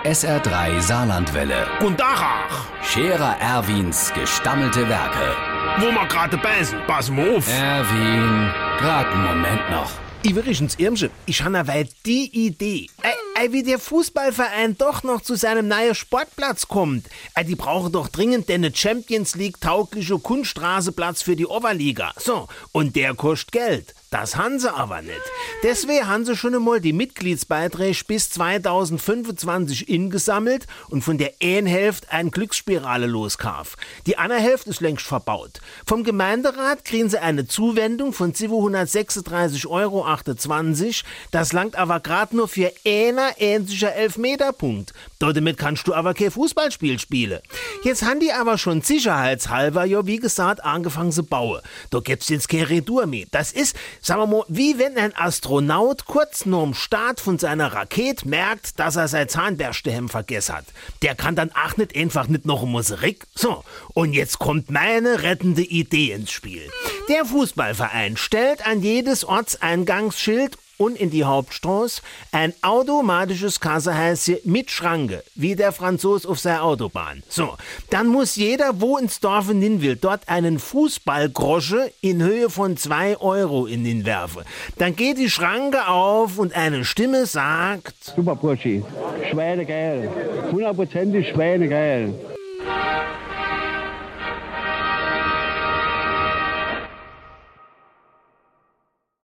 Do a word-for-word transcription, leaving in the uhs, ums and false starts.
S R drei Saarlandwelle. Guten Tag. Scherer Erwins gestammelte Werke. Wo wir gerade beißen, pass mal auf. Erwin, grad einen Moment noch. Übrigens, Irmsche, ich habe aber die Idee. Ey, ey, wie der Fußballverein doch noch zu seinem neuen Sportplatz kommt. Ey, die brauchen doch dringend den Champions League taugliche Kunststraßeplatz für die Oberliga. So, und der kostet Geld. Das haben sie aber nicht. Deswegen haben sie schon einmal die Mitgliedsbeiträge bis zweitausendfünfundzwanzig ingesammelt und von der einen Hälfte eine Glücksspirale loskauf. Die andere Hälfte ist längst verbaut. Vom Gemeinderat kriegen sie eine Zuwendung von siebenhundertsechsunddreißig Euro achtundzwanzig. Das langt aber gerade nur für einer ähnlicher Elfmeterpunkt. Damit kannst du aber kein Fußballspiel spielen. Jetzt haben die aber schon sicherheitshalber, ja wie gesagt, angefangen zu bauen. Da gibt's jetzt keine Retour mehr. Das ist, sagen wir mal, wie wenn ein Astronaut kurz nur am Start von seiner Rakete merkt, dass er sein Zahnbürstehemd vergessen hat. Der kann dann auch nicht einfach nicht noch einmal zurück. So, und jetzt kommt meine rettende Idee ins Spiel. Der Fußballverein stellt an jedes Ortseingangsschild und in die Hauptstraße ein automatisches Kassehäuschen mit Schranke, wie der Franzos auf seiner Autobahn. So, dann muss jeder, wo ins Dorf hin will, dort einen Fußballgrosche in Höhe von zwei Euro in den werfen. Dann geht die Schranke auf und eine Stimme sagt: Super Burschi, Schweinegeil, hundertprozentig Schweinegeil.